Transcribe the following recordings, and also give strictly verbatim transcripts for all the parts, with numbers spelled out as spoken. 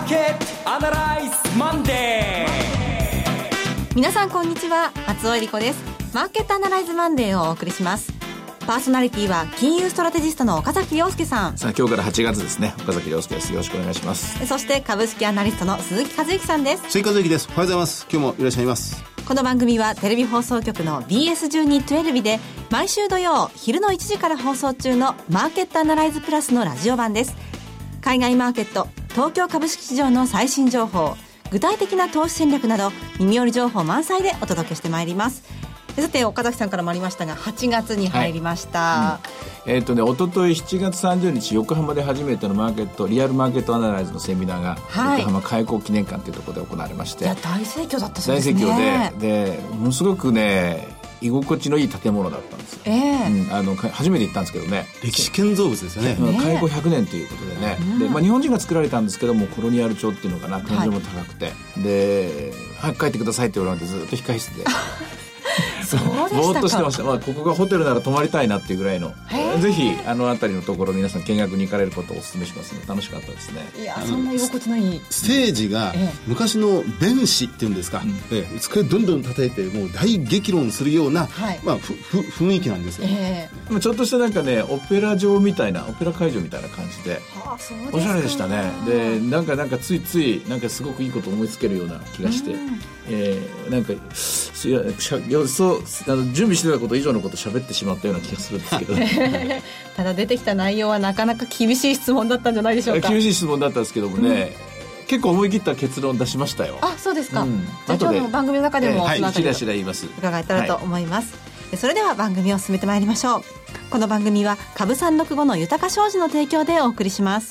ーケットアナライズマンデー。 皆さんこんにちは、松尾恵理子です。マーケットアナライズマンデーをお送りします。パーソナリティは金融ストラテジストの岡崎亮介さん。 さあ今日からはちがつですね。岡崎亮介です。よろしくお願いします。 そして株式アナリストの鈴木和之さんです。 鈴木和之です。おはようございます。今日もいらっしゃいます。 この番組はテレビ放送局の ビーエスじゅうにじゅうに で毎週土曜昼のいちじから放送中のマーケットアナライズプラスのラジオ版です。海外マーケット、東京株式市場の最新情報、具体的な投資戦略など耳寄り情報満載でお届けしてまいります。さて岡崎さんからもありましたがはちがつに入りました、 はいうん、えーとね一昨日しちがつさんじゅうにち横浜で初めてのマーケットリアルマーケットアナライズのセミナーが、はい、横浜開港記念館というところで行われまして、 いや大盛況だったそうですね。 大盛況で、でものすごくね居心地のいい建物だったんですよ、 えーうん、あの初めて行ったんですけどね、 歴史建造物ですよね。 開港ひゃくねんということでね、うんでまあ、日本人が作られたんですけどもコロニアル調っていうのかな、天井も高くて、はい、で早く帰ってくださいって言われてずっと控室でそうでしたか。 ぼーっとしてました、まあ、ここがホテルなら泊まりたいなっていうぐらいの、ぜひあの辺りのところ皆さん見学に行かれることをお勧めしますので楽しかったですね。 いやそんな居心地のいいステージが昔の弁士っていうんですか、うんええ、机どんどん叩いてもう大激論するような、はいまあ、ふふ雰囲気なんですよ、えー、ちょっとしたなんかねオペラ場みたいなオペラ会場みたいな感じで、はあ、そうですか。おしゃれでしたね。でなんかなんかついついなんかすごくいいこと思いつけるような気がして、うんえー、なんかいやしゃ予想あの準備してたこと以上のこと喋ってしまったような気がするんですけどただ出てきた内容はなかなか厳しい質問だったんじゃないでしょうか。 厳しい質問だったんですけどもね、うん、結構思い切った結論出しましたよ。 あ、そうですか、うん、 じゃあ今日の番組の中でも、えー、 はい、しらしら言います伺えたらと思います、はい、それでは番組を進めてまいりましょう。この番組は株さんろくごの豊か商事の提供でお送りします。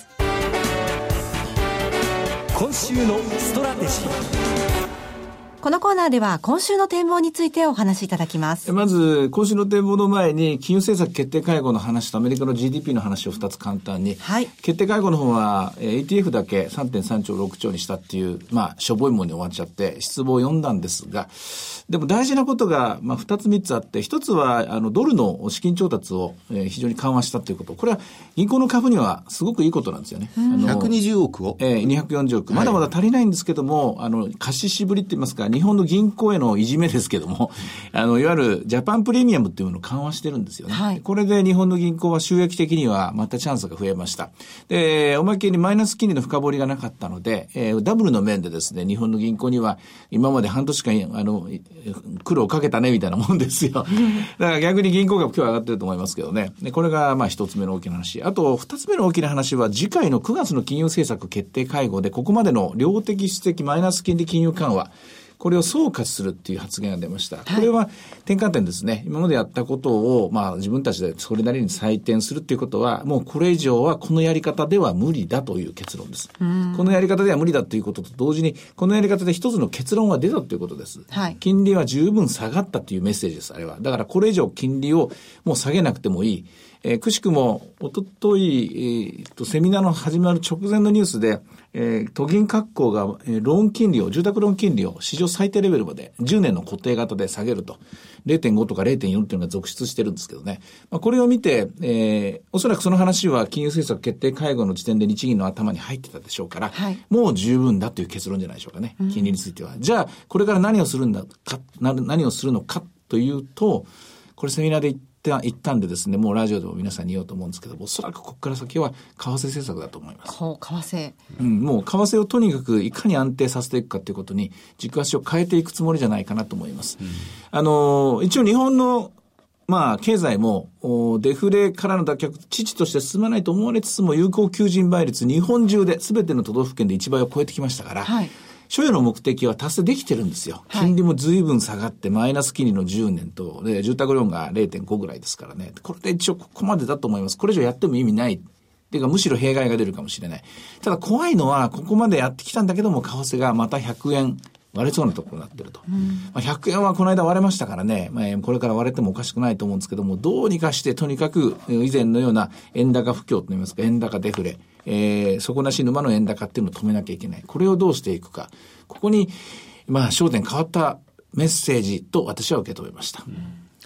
今週のストラテジー。 このコーナーでは今週の展望についてお話しいただきます。 まず今週の展望の前に金融政策決定会合の話とアメリカの ジーディーピー の話をふたつ簡単に、はい、決定会合の方は エーティーエフ だけ さんてんさんちょうろくちょうにしたっていう、まあしょぼいもんに終わっちゃって失望を読んだんですが、でも大事なことが、まあ、ふたつみっつあって、ひとつはあのドルの資金調達を、えー、非常に緩和したということ。これは銀行の株にはすごくいいことなんですよね。あのひゃくにじゅうおくを、 えー、にひゃくよんじゅうおく、まだまだ足りないんですけども、はい、あの貸ししぶりって言いますか、日本の銀行へのいじめですけども、あのいわゆるジャパンプレミアムっていうのを緩和してるんですよね、はい、これで日本の銀行は収益的にはまたチャンスが増えました。でおまけにマイナス金利の深掘りがなかったので、えー、ダブルの面でですね、日本の銀行には今まで半年間あの苦労をかけたねみたいなもんですよ。だから逆に銀行株今日上がってると思いますけどね。でこれがまあ一つ目の大きな話。あと二つ目の大きな話は次回のくがつの金融政策決定会合でここまでの量的質的マイナス金利金融緩和、これを総括するっていう発言が出ました。これは転換点ですね。今までやったことを、まあ自分たちでそれなりに採点するっていうことは、もうこれ以上はこのやり方では無理だという結論です。このやり方では無理だということと同時に、このやり方で一つの結論が出たということです。はい、金利は十分下がったというメッセージです、あれは。だからこれ以上金利をもう下げなくてもいい。えー、くしくも、おととい、えー、と、セミナーの始まる直前のニュースで、えー、都銀各行が、えー、ローン金利を、住宅ローン金利を史上最低レベルまでじゅうねんの固定型で下げると。れいてんご とか れいてんよん っていうのが続出してるんですけどね。まあ、これを見て、えー、おそらくその話は金融政策決定会合の時点で日銀の頭に入ってたでしょうから、はい、もう十分だという結論じゃないでしょうかね。金利については。うん、じゃあ、これから何をするんだか、何をするのかというと、これセミナーで言って、言ったんでですね、もうラジオでも皆さんに言おうと思うんですけど、おそらくここから先は為替政策だと思います。 ほう、為替。 うん、もう為替をとにかくいかに安定させていくかということに軸足を変えていくつもりじゃないかなと思います。うん、あの、一応日本のまあ、経済もデフレからの脱却、遅々として進まないと思われつつも有効求人倍率日本中で全ての都道府県でいちばいを超えてきましたから、はい、所有の目的は達成できてるんですよ。金利も随分下がって、マイナス金利のじゅうねんと、で、住宅ローンが れいてんご ぐらいですからね。これで一応ここまでだと思います。これ以上やっても意味ない。っていうか、むしろ弊害が出るかもしれない。ただ怖いのは、ここまでやってきたんだけども、為替がまたひゃくえん割れそうなところになってると。うん、まあ、ひゃくえんはこの間割れましたからね、まあ、これから割れてもおかしくないと思うんですけども、どうにかしてとにかく以前のような円高不況といいますか、円高デフレ、えー、底なし沼の円高っていうのを止めなきゃいけない。これをどうしていくか。ここに、まあ、焦点変わったメッセージと私は受け止めました。うん、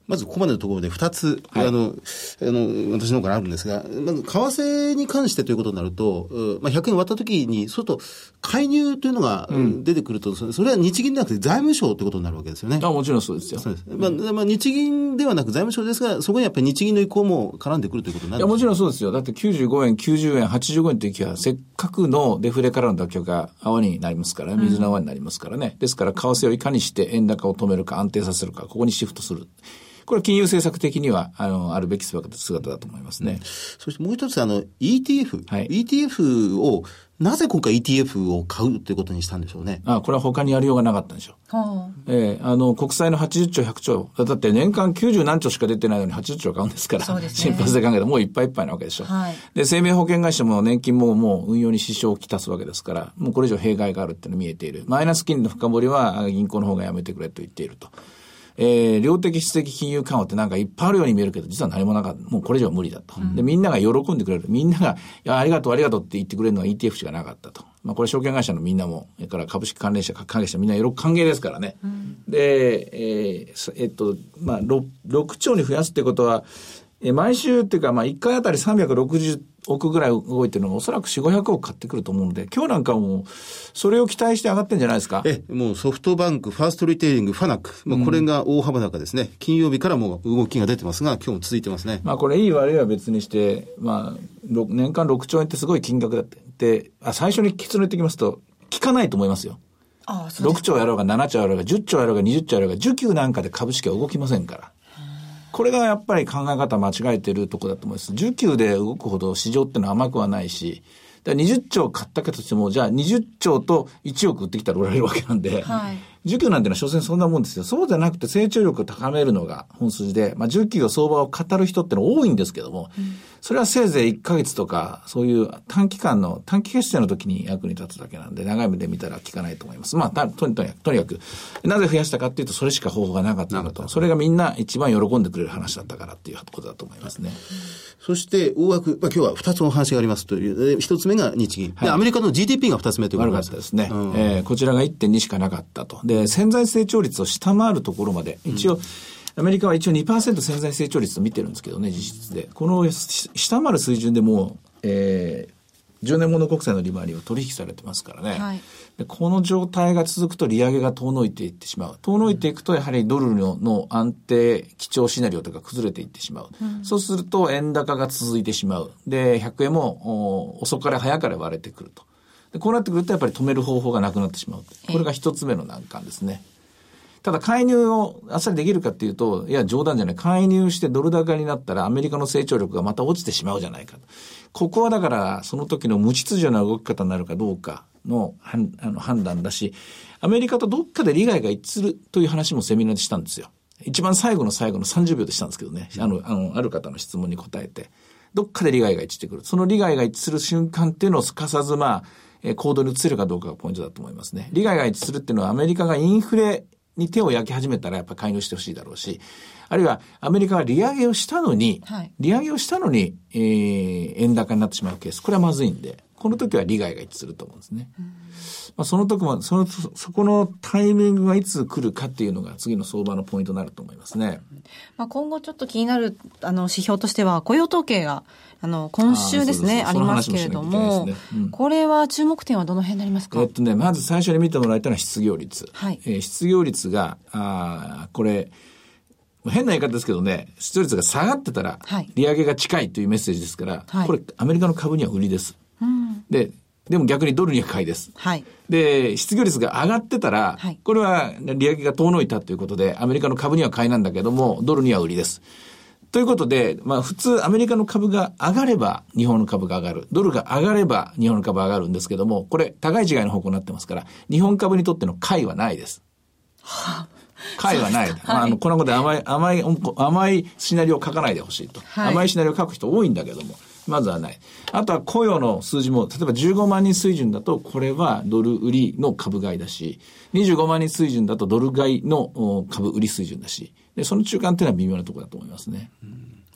まずここまでのところでふたつ、はい、あの、あの、私の方からあるんですが、まず、為替に関してということになると、まあ、ひゃくえん割ったときに、そうすると、介入というのが出てくると、うん、それは日銀ではなくて財務省ということになるわけですよね。 あ、もちろんそうですよ。 そうです。まあ、まあ、日銀ではなく財務省ですが、そこにやっぱり日銀の意向も絡んでくるということになるんですか。 いや、もちろんそうですよ。だってきゅうじゅうごえん、きゅうじゅうえん、はちじゅうごえんという時は、せっかくのデフレからの脱却が泡になりますから、水の泡になりますからね。うん、ですから、為替をいかにして円高を止めるか安定させるか、ここにシフトする。これは金融政策的には、あの、あるべき姿だと思いますね。うん、 そしてもう一つ、あの、イーティーエフ。はい、イーティーエフ を、なぜ今回 イーティーエフ を買うということにしたんでしょうね。 ああ、これは他にやりようがなかったんでしょう。はあ、ええー、あの、国債のはちじゅっちょう、ひゃくちょう。だって年間きゅうじゅうなんちょうしか出てないのにはちじゅっちょう買うんですから。そうですね。新発で考えたらもういっぱいいっぱいなわけでしょ。はい。で、生命保険会社も年金ももう運用に支障をきたすわけですから、もうこれ以上弊害があるっていうのが見えている。マイナス金利の深掘りは銀行の方がやめてくれと言っていると。えー、量的質的金融緩和ってなんかいっぱいあるように見えるけど、実は何もなかった。もうこれ以上無理だと。うん、で、みんなが喜んでくれる。みんなが、いや、ありがとう、ありがとうって言ってくれるのは イーティーエフ しかなかったと。まあ、これ証券会社のみんなも、それから株式関連者、関係者みんな喜歓迎ですからね。うん、で、えー、えっと、まあ6、ろくちょうに増やすってことは、えー、毎週っていうか、まあ、いっかいあたりさんびゃくろくじゅうおくぐらい動いてるのがおそらくよんひゃく、ごひゃくおく買ってくると思うので、今日なんかもそれを期待して上がってんじゃないですか。 え、もうソフトバンク、ファーストリテイリング、ファナック、もうこれが大幅高ですね。うん、金曜日からもう動きが出てますが、今日も続いてますね。 まあこれいい悪いは別にして、まあ年間ろくちょうえんってすごい金額だって。で、あ、最初に結論言ってきますと、効かないと思いますよ。ああ、そうです。ろくちょうやろうがななちょうやろうがじゅっちょうやろうがにじゅっちょうやろうが、需給なんかで株式は動きませんから。これがやっぱり考え方間違えてるところだと思います。需給で動くほど市場ってのは甘くはないし、だからにじゅっちょう買ったけとしても、じゃあにじゅっちょうといちおく売ってきたら売られるわけなんで、はい、需給なんてのは所詮そんなもんですよ。そうじゃなくて成長力を高めるのが本筋で、まあ需給を相場を語る人ってのは多いんですけども、うん、それはせいぜいいっかげつとか、そういう短期間の、短期決戦の時に役に立つだけなんで、長い目で見たら効かないと思います。まあ、たとにかく、とにかく、なぜ増やしたかっていうと、それしか方法がなかったのと、それがみんな一番喜んでくれる話だったからっていうことだと思いますね。 そして、大枠、まあ、今日はふたつお話がありますという、ひとつめが日銀。はい、で、アメリカの ジーディーピー がふたつめということです。 悪かったですね。うん、えー、こちらが いってんに しかなかったと。で、潜在成長率を下回るところまで、一応、うんアメリカは一応 にパーセント 潜在成長率と見てるんですけどね、実質で。この下回る水準でもう、えー、じゅうねんもの国債の利回りは取引されてますからね。はい、でこの状態が続くと利上げが遠のいていってしまう。遠のいていくとやはりドル の, の安定基調シナリオとか崩れていってしまう。うん、そうすると円高が続いてしまう。で、ひゃくえんも遅かれ早かれ割れてくると。でこうなってくるとやっぱり止める方法がなくなってしまう。これが一つ目の難関ですね。ただ介入をあっさりできるかっていうと、いや冗談じゃない。介入してドル高になったらアメリカの成長力がまた落ちてしまうじゃないか。ここはだからその時の無秩序な動き方になるかどうかの、あの判断だし、アメリカとどっかで利害が一致するという話もセミナーでしたんですよ。一番最後の最後のさんじゅうびょうでしたんですけどね。あの、あの、ある方の質問に答えて、どっかで利害が一致してくる。その利害が一致する瞬間っていうのをすかさずまあ、行動に移せるかどうかがポイントだと思いますね。利害が一致するっていうのはアメリカがインフレに手を焼き始めたらやっぱり介入してほしいだろうし、あるいはアメリカは利上げをしたのに、はい、利上げをしたのに、えー、円高になってしまうケース、これはまずいんで、この時は利害が一致すると思うんですね。うん、まあ、その時もそのそこのタイミングがいつ来るかっていうのが次の相場のポイントになると思いますね。 まあ、今後ちょっと気になるあの指標としては雇用統計があの今週ですね あ, ありますけれども、ねうん、これは注目点はどの辺になりますか。 えっとね、まず最初に見てもらいたいのは失業率、はいえー、失業率があこれ変な言い方ですけどね、失業率が下がってたら利上げが近いというメッセージですから、はい、これアメリカの株には売りです、うん、ででも逆にドルには買いです、はい、で失業率が上がってたら、はい、これは利上げが遠のいたということでアメリカの株には買いなんだけどもドルには売りですということで、まあ普通アメリカの株が上がれば日本の株が上がる。ドルが上がれば日本の株が上がるんですけども、これ高い違いの方向になってますから、日本株にとっての買いはないです。はあ、買いはない。はいまあ、あのこのことで甘い、甘い、甘いシナリオを書かないでほしいと、はい。甘いシナリオを書く人多いんだけども、まずはない。あとは雇用の数字も、例えばじゅうごまんにん水準だと、これはドル売りの株買いだし、にじゅうごまんにん水準だとドル買いの株売り水準だし、でその中間っていうのは微妙なところだと思いますね。うん、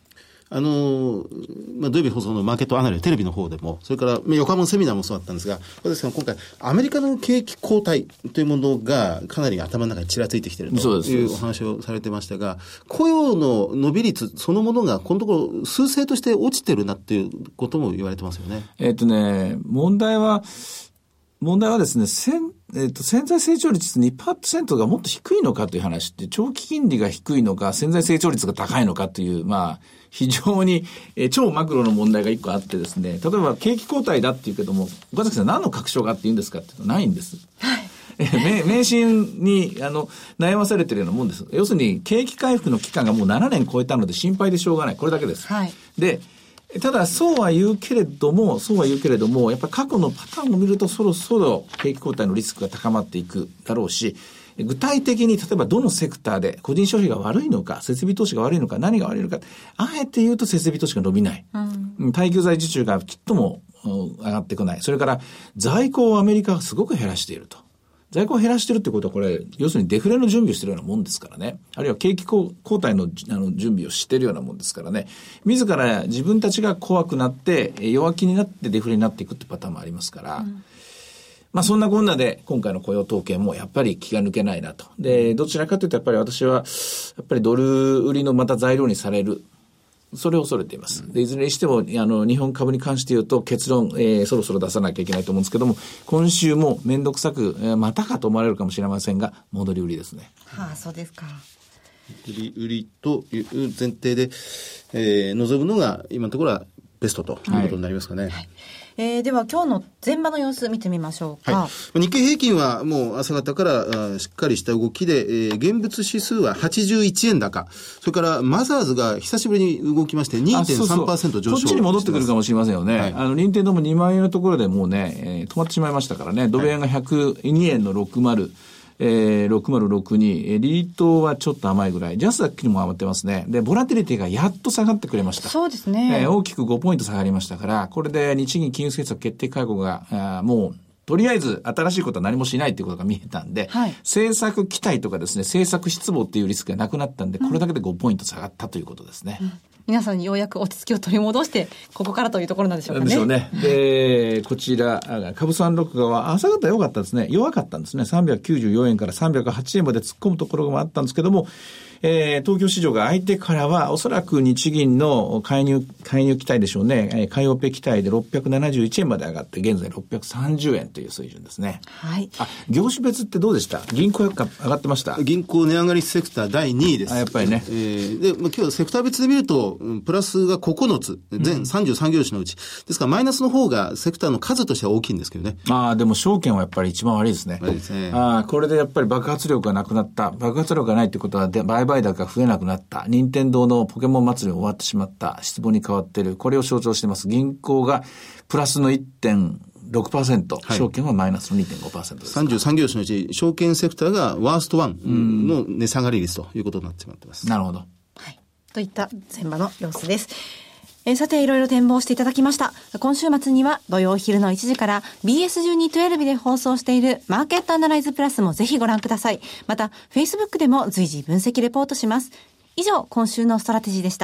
あの、まあ、土曜日放送のマーケットアナリテレビの方でも、それから横浜のセミナーもそうだったんですが、私は今回、アメリカの景気後退というものがかなり頭の中にちらついてきているというお話をされてましたが、雇用の伸び率そのものがこのところ数勢として落ちてるなっていうことも言われてますよね。 えっとね、問題は、問題はですね、えっと、潜在成長率 にパーセント がもっと低いのかという話って、長期金利が低いのか、潜在成長率が高いのかという、まあ、非常に、えー、超マクロの問題が一個あってですね、例えば景気後退だっていうけども、岡崎さん何の確証があって言うんですかって言うとないんです。はい。え迷信にあの悩まされてるようなもんです。要するに景気回復の期間がもうななねん超えたので心配でしょうがない。これだけです。はい。で、ただそうは言うけれども、そうは言うけれども、やっぱ過去のパターンを見るとそろそろ景気後退のリスクが高まっていくだろうし、具体的に例えばどのセクターで個人消費が悪いのか、設備投資が悪いのか、何が悪いのか、あえて言うと設備投資が伸びない。うん、耐久財受注がきっとも上がってこない。それから在庫をアメリカがすごく減らしていると。在庫を減らしてるってことはこれ、要するにデフレの準備をしてるようなもんですからね。あるいは景気後退の、あの準備をしてるようなもんですからね。自ら自分たちが怖くなって、弱気になってデフレになっていくってパターンもありますから。うん、まあそんなこんなで今回の雇用統計もやっぱり気が抜けないなと。で、どちらかというとやっぱり私は、やっぱりドル売りのまた材料にされる。それを恐れています。で、いずれにしても、あの、日本株に関して言うと結論、えー、そろそろ出さなきゃいけないと思うんですけども、今週もめんどくさく、えー、またかと思われるかもしれませんが、戻り売りですね。 はあ、そうですか。 売り、売りという前提で、えー、望むのが今のところはベストということになりますかね。はいはい、 えー、では今日の前場の様子見てみましょうか。 はい、日経平均はもう朝方からしっかりした動きで、えー、現物指数ははちじゅういちえん高、それからマザーズが久しぶりに動きまして にてんさんパーセント 上昇。 こっちに戻ってくるかもしれませんよね。はい、あの任天堂もにまんえんのところでもうね、えー、止まってしまいましたからね。ドル円がひゃくにえんのろくじゅう、えー、ろくまるろくに、えー、リートはちょっと甘いぐらい、ジャスダックにも余ってますね。で、ボラティリティがやっと下がってくれました。 そうですね。 えー、大きくごポイント下がりましたから、これで日銀金融政策決定会合が、あもう、とりあえず新しいことは何もしないということが見えたんで、はい、政策期待とかですね、政策失望っていうリスクがなくなったんで、これだけでごポイント下がったということですね。うんうん、 皆さんにようやく落ち着きを取り戻して、ここからというところなんでしょうかね。 でしょうね。で、こちら、株さんろくごは朝方良かったですね。弱かったんですね。さんびゃくきゅうじゅうよえんからさんびゃくはちえんまで突っ込むところもあったんですけども、えー、東京市場が開いてからは、おそらく日銀の介入、介入期待でしょうね。買いオペ期待でろっぴゃくななじゅういちえんまで上がって、現在ろっぴゃくさんじゅうえんという水準ですね。 はい。 あ、業種別ってどうでした？銀行やっぱ上がってました？ 銀行値上がりセクターだいにいです。 あ、やっぱりね。 えー、で、まあ、今日セクター別で見ると、プラスがここのつ、全さんじゅうさん業種のうち。ですから、マイナスの方がセクターの数としては大きいんですけどね。 ああ、でも証券はやっぱり一番悪いですね。悪いですね。ああ、これでやっぱり爆発力がなくなった。爆発力がないってことは、で売買高が増えなくなった。任天堂のポケモン祭り終わってしまった。失望に変わっている。これを象徴しています。銀行がプラスの いってんろくパーセント、はい、証券はマイナスの にてんごパーセント です。 さんじゅうさん業種のうち、証券セクターがワーストワンの値下がり率ということになってしまっています。 なるほど。 はい。といった前場の様子です。えー、さていろいろ展望していただきました。今週末には土曜昼のいちじから ビーエスじゅうにじゅうに で放送しているマーケットアナライズプラスもぜひご覧ください。また Facebook でも随時分析レポートします。以上、今週のストラテジーでした。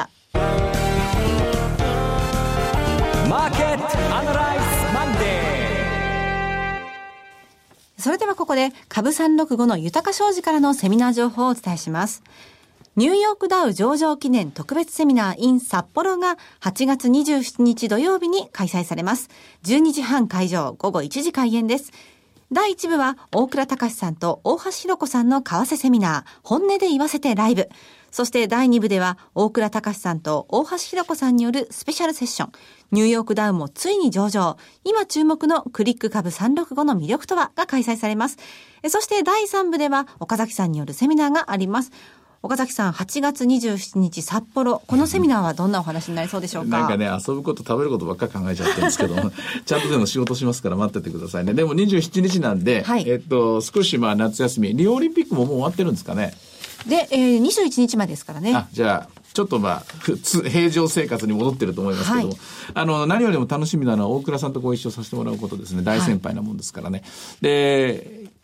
マーケットアナライズマンデー。それではここで株さんろくごの豊か商事からのセミナー情報をお伝えします。ニューヨークダウ上場記念特別セミナー in 札幌がはちがつにじゅうしちにち土曜日に開催されます。じゅうにじはん会場、午後いちじ開演です。だいいち部は大倉隆さんと大橋ひろ子さんの為替セミナー、本音で言わせてライブ。そしてだいに部では大倉隆さんと大橋ひろ子さんによるスペシャルセッション。ニューヨークダウもついに上場。今注目のクリック株さんろくごの魅力とはが開催されます。そしてだいさん部では岡崎さんによるセミナーがあります。岡崎さん、はちがつにじゅうしちにち札幌、このセミナーはどんなお話になりそうでしょうか？ なんかね、遊ぶこと食べることばっかり考えちゃってるんですけどちゃんとでも仕事しますから待っててくださいね。でもにじゅうしちにちなんで、はい、えっと少しまあ夏休み、リオオリンピックももう終わってるんですかね。 で、えー、にじゅういちにちまでですからね。 あ、じゃあちょっとまあ普通平常生活に戻ってると思いますけども、はい、あの何よりも楽しみなのは大倉さんとご一緒させてもらうことですね。大先輩なもんですからね。はい、で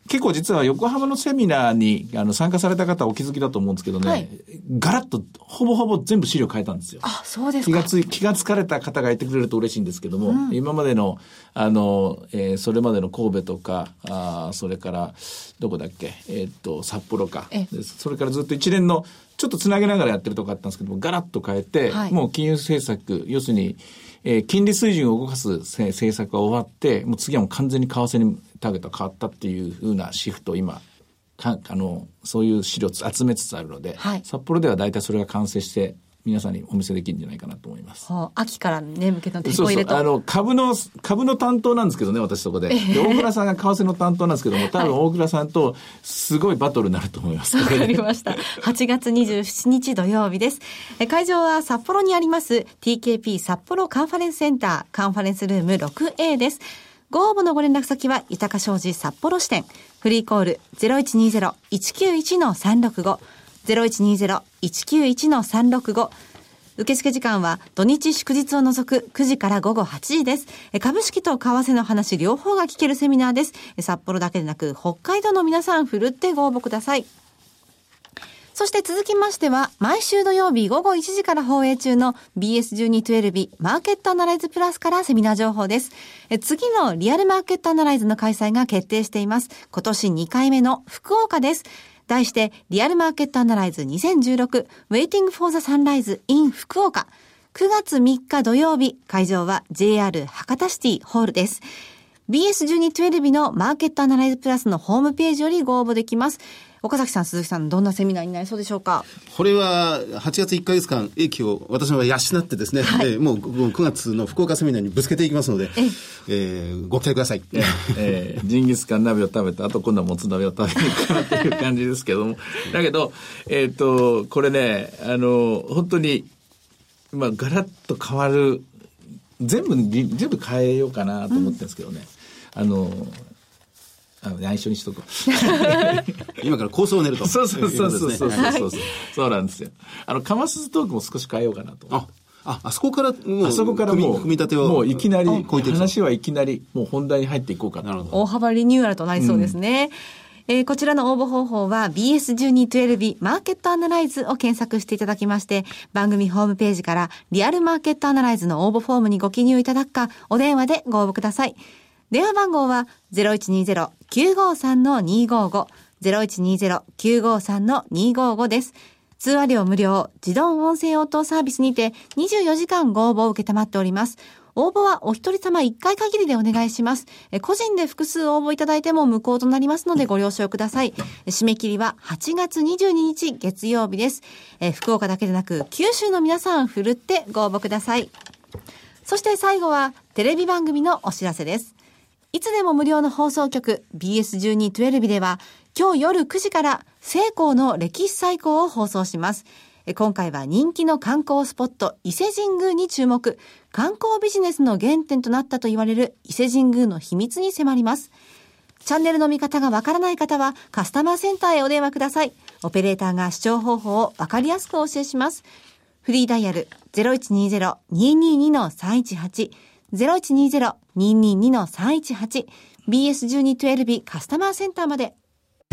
結構実は横浜のセミナーにあの参加された方はお気づきだと思うんですけどね、はい、ガラッとほぼほぼ全部資料変えたんですよ。 あ、そうですか。 気がつい、気がつかれた方がいてくれると嬉しいんですけども、うん、今までの、あの、えー、それまでの神戸とか、あそれから、どこだっけ、えー、っと、札幌か。それからずっと一連の、ちょっとつなげながらやってるとこあったんですけども、ガラッと変えて、はい、もう金融政策、要するに、えー、金利水準を動かす政策が終わって、もう次はもう完全に為替にターゲットが変わったっていう風なシフトを今、かあのそういう資料を集めつつあるので、はい、札幌では大体それが完成して皆さんにお見せできるんじゃないかなと思います。 はあ、秋からね向けたテコ入れと。 そうそう、あの株の株の担当なんですけどね、私そこで。で大倉さんが為替の担当なんですけども、多分大倉さんとすごいバトルになると思います。 わかりました。はちがつにじゅうしちにち土曜日です。え会場は札幌にあります ティーケーピー 札幌カンファレンスセンターカンファレンスルーム ろくエー です。ご応募のご連絡先は豊か商事札幌支店、フリーコール ゼロいちにゼロ いちきゅういち さんろくご ゼロいちにゼロ いちきゅういち さんろくご。受付時間は土日祝日を除くくじから午後はちじです。株式と為替の話両方が聞けるセミナーです。札幌だけでなく北海道の皆さんふるってご応募ください。そして続きましては、毎週土曜日午後いちじから放映中の ビーエスじゅうにじゅうに マーケットアナライズプラスからセミナー情報です。え次のリアルマーケットアナライズの開催が決定しています。今年にかいめの福岡です。題して、リアルマーケットアナライズにせんじゅうろく Waiting for the Sunrise in 福岡。くがつみっか土曜日、会場は ジェイアール 博多シティホールです。ビーエスじゅうにじゅうに のマーケットアナライズプラスのホームページよりご応募できます。岡崎さん、鈴木さん、どんなセミナーになりそうでしょうか。 これははちがついっかげつかん英気を私の場合養ってですね、はい、えー、もうくがつの福岡セミナーにぶつけていきますので、ええー、ご期待ください。 えー、ジンギスカン鍋を食べた後今度はもつ鍋を食べに行くかなっていう感じですけどもだけど、えっとこれね、あの本当にまあガラッと変わる、全部全部変えようかなと思ってるんですけどね、うん、あのあの内緒にしとこう今から構想を練ると。 そうそうそうそうそうそうそうそうなんですよ。あのカマストークも少し変えようかなと。 あああそこからもうあそこからもう組み立てをもういきなり話はいきなりもう本題に入っていこうかな。なるほど。 大幅リニューアルとなりそうですね。うん、えー、こちらの応募方法は ビーエスじゅうにじゅうに マーケットアナライズを検索していただきまして、番組ホームページからリアルマーケットアナライズの応募フォームにご記入いただくか、お電話でご応募ください。電話番号は ゼロいちにゼロ きゅうごさん にごご ゼロいちにゼロ きゅうごさん にごごです。通話料無料、自動音声応答サービスにてにじゅうよじかんご応募を受けたまっております。応募はお一人様いっかい限りでお願いします。え個人で複数応募いただいても無効となりますのでご了承ください。締め切りははちがつにじゅうににち月曜日です。え福岡だけでなく九州の皆さんふるってご応募ください。そして最後はテレビ番組のお知らせです。いつでも無料の放送局 ビーエスじゅうにじゅうに では今日夜くじから西港の歴史再興を放送します。今回は人気の観光スポット伊勢神宮に注目。観光ビジネスの原点となったと言われる伊勢神宮の秘密に迫ります。チャンネルの見方がわからない方はカスタマーセンターへお電話ください。オペレーターが視聴方法をわかりやすくお教えします。フリーダイヤル ゼロいちにゼロ にーにーに さんいちはち ゼロいちにゼロ にーにーに さんいちはち ビーエスじゅうにじゅうに カスタマーセンターまで。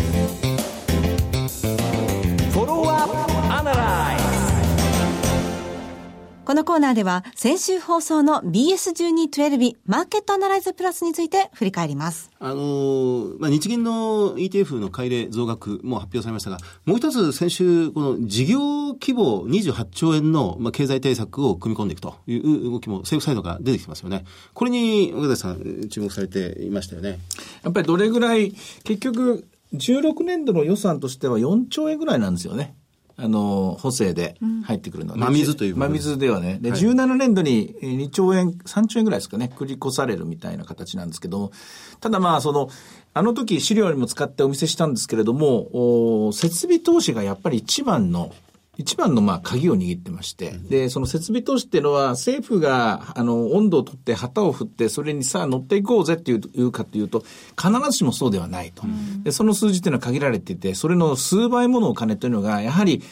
このコーナーでは先週放送の ビーエスじゅうにじゅうに マーケットアナライズプラスについて振り返ります。 あのー、まあ、日銀の イーティーエフ の買い入れ増額も発表されましたが、もう一つ先週この事業規模にじゅうはちちょうえんの、まあ、経済対策を組み込んでいくという動きも政府サイドから出てきてますよね。これに岡田さん注目されていましたよね。 やっぱりどれぐらい、結局じゅうろくねんどの予算としてはよんちょうえんぐらいなんですよね。あの補正で入ってくるのは、ね、 真水という真水ではねで、はい、じゅうななねんどににちょうえんさんちょうえんぐらいですかね繰り越されるみたいな形なんですけど、ただまあそのあの時資料にも使ってお見せしたんですけれども、設備投資がやっぱり一番の一番のまあ鍵を握ってまして、でその設備投資っていうのは政府があの温度を取って旗を振ってそれにさあ乗っていこうぜっていうかというと必ずしもそうではないと、でその数字っていうのは限られていて、それの数倍ものお金というのがやはり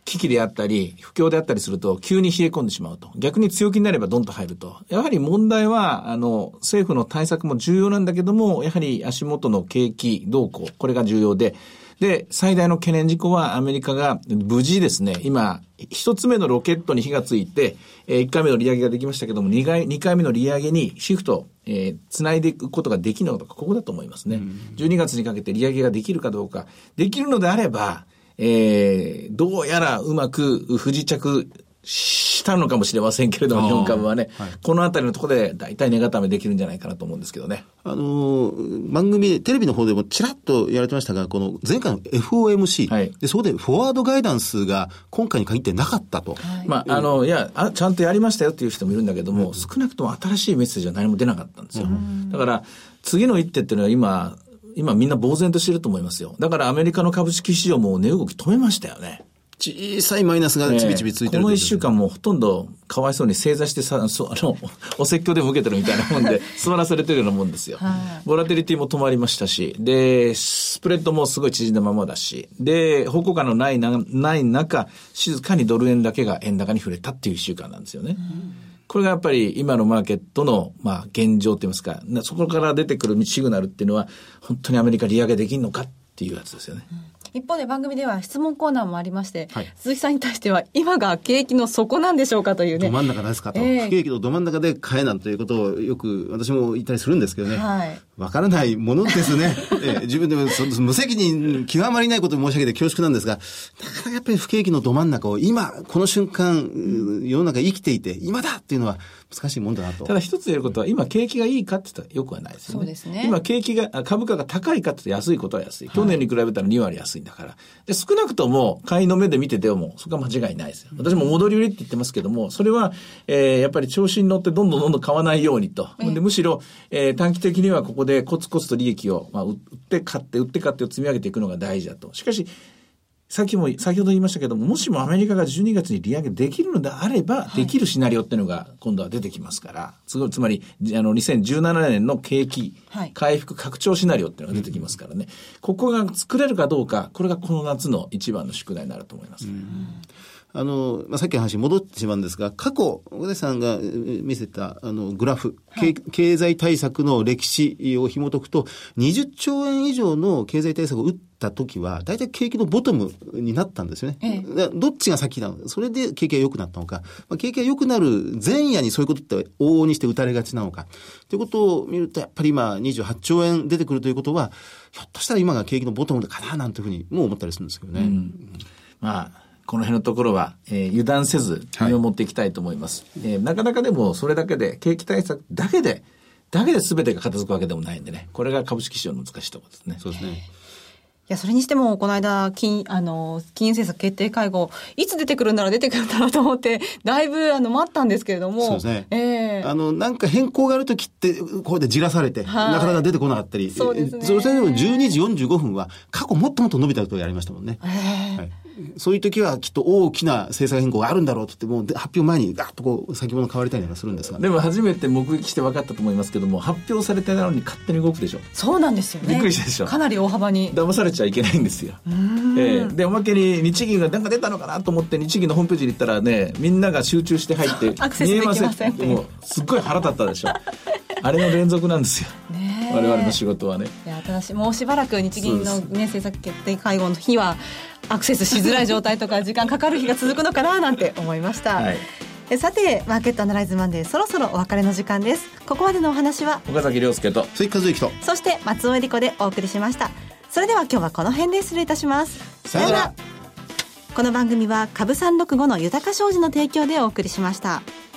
危機であったり不況であったりすると急に冷え込んでしまうと、逆に強気になればドンと入ると、やはり問題はあの政府の対策も重要なんだけども、やはり足元の景気動向、これが重要で、で最大の懸念事項はアメリカが無事ですね、今一つ目のロケットに火がついて、えー、いっかいめの利上げができましたけども、にかい、にかいめの利上げにシフト、えー、つないでいくことができるのか、ここだと思いますね。じゅうにがつにかけて利上げができるかどうか、できるのであれば、えー、どうやらうまく不時着したのかもしれませんけれども、日本株はね、はい、このあたりのところで大体値固めできるんじゃないかなと思うんですけどね。 あのー、番組テレビの方でもちらっとやられてましたが、この前回の エフオーエムシー、はい、でそこでフォワードガイダンスが今回に限ってなかったと、 はい、まああのいやあちゃんとやりましたよっていう人もいるんだけども、うん、少なくとも新しいメッセージは何も出なかったんですよ、うん、だから次の一手っていうのは今今みんな呆然としてると思いますよ。だからアメリカの株式市場も値動き止めましたよね。 小さいマイナスがちびちびついてる、ね、 この一週間もほとんどかわいそうに正座してさ、そあのお説教でも受けてるみたいなもんで座らされてるようなもんですよ、はい、ボラテリティも止まりましたし、でスプレッドもすごい縮んだままだし、で方向感のないなない中、静かにドル円だけが円高に触れたっていう一週間なんですよね、うん、これがやっぱり今のマーケットの、まあ、現状といいますか、そこから出てくるシグナルっていうのは本当にアメリカ利上げできるのかっていうやつですよね、うん。 一方で番組では質問コーナーもありまして、はい、鈴木さんに対しては今が景気の底なんでしょうかというね、 ど真ん中ですかと、えー、不景気のど真ん中で買えなんていうことをよく私も言ったりするんですけどね、はい、分からないものですね、えー、自分でもそ無責任極まりないことを申し上げて恐縮なんですが、なかなかやっぱり不景気のど真ん中を今この瞬間、うん、世の中生きていて今だっていうのは難しいもんだなと。 ただ一つ言えることは、今景気がいいかって言ったらよくはないですよね。 そうですね。 今景気が株価が高いかって言ったら安いことは安い、去年に比べたらにわり安いんだから、で少なくとも買いの目で見ててもそこは間違いないですよ。私も戻り売りって言ってますけども、それは、えー、やっぱり調子に乗ってどんどんどんどん買わないようにと、でむしろ、えー、短期的にはここでコツコツと利益を、まあ、売って買って売って買ってを積み上げていくのが大事だと。しかしさっきも先ほど言いましたけども、もしもアメリカがじゅうにがつに利上げできるのであれば、はい、できるシナリオっていうのが今度は出てきますから、つ, つまりあのにせんじゅうななねんの景気回復拡張シナリオっていうのが出てきますからね、ここが作れるかどうか、これがこの夏の一番の宿題になると思います、ね。うんあの、まあ、さっきの話に戻ってしまうんですが、過去、小田さんが見せたあのグラフ、はい、経済対策の歴史を紐解くと、にじゅっちょうえん以上の経済対策を打った時は、大体景気のボトムになったんですよね。ええ、どっちが先なのか、それで景気が良くなったのか、まあ、景気が良くなる前夜にそういうことって往々にして打たれがちなのか、ということを見ると、やっぱり今にじゅうはっちょうえん出てくるということは、ひょっとしたら今が景気のボトムかな、なんていうふうにも思ったりするんですけどね。うん、 まあこの辺のところは、えー、油断せず見守っていきたいと思います、はいえー、なかなかでもそれだけで景気対策だけでだけで全てが片付くわけでもないんでね、これが株式市場の難しいところですね。 そうですね。 いやそれにしてもこの間金あの金融政策決定会合いつ出てくるんだろう出てくるんだろうと思ってだいぶあの待ったんですけれども、 そうですね、 えー、 あのなんか変更があるときってこうでじらされて、はい、なかなか出てこなかったり、 そうですね、 それでもじゅうにじよんじゅうごふんは過去もっともっと伸びたことをやりましたもんね、 えーはい、そういう時はきっと大きな政策変更があるんだろうと言ってもう発表前にガッとこう先物買われたりするんですが、 でも初めて目撃して分かったと思いますけども、発表されてないのに勝手に動くでしょ。 そうなんですよね。 びっくりしたでしょ。 かなり大幅に騙されちゃいけないんですよ。えー、でおまけに日銀が何か出たのかなと思って日銀のホームページに行ったらね、みんなが集中して入ってアクセスできませんってもうすっごい腹立ったでしょあれの連続なんですよ、ね、我々の仕事はね。 いや私もうしばらく日銀の、ね、政策決定会合の日はアクセスしづらい状態とか時間かかる日が続くのかななんて思いました、はい、えさてマーケットアナライズマンデーそろそろお別れの時間です。ここまでのお話は岡崎亮介と鈴木和之とそして松尾恵理子でお送りしました。それでは今日はこの辺で失礼いたします。 さよなら。 この番組は株さんろくごの豊か商事の提供でお送りしました。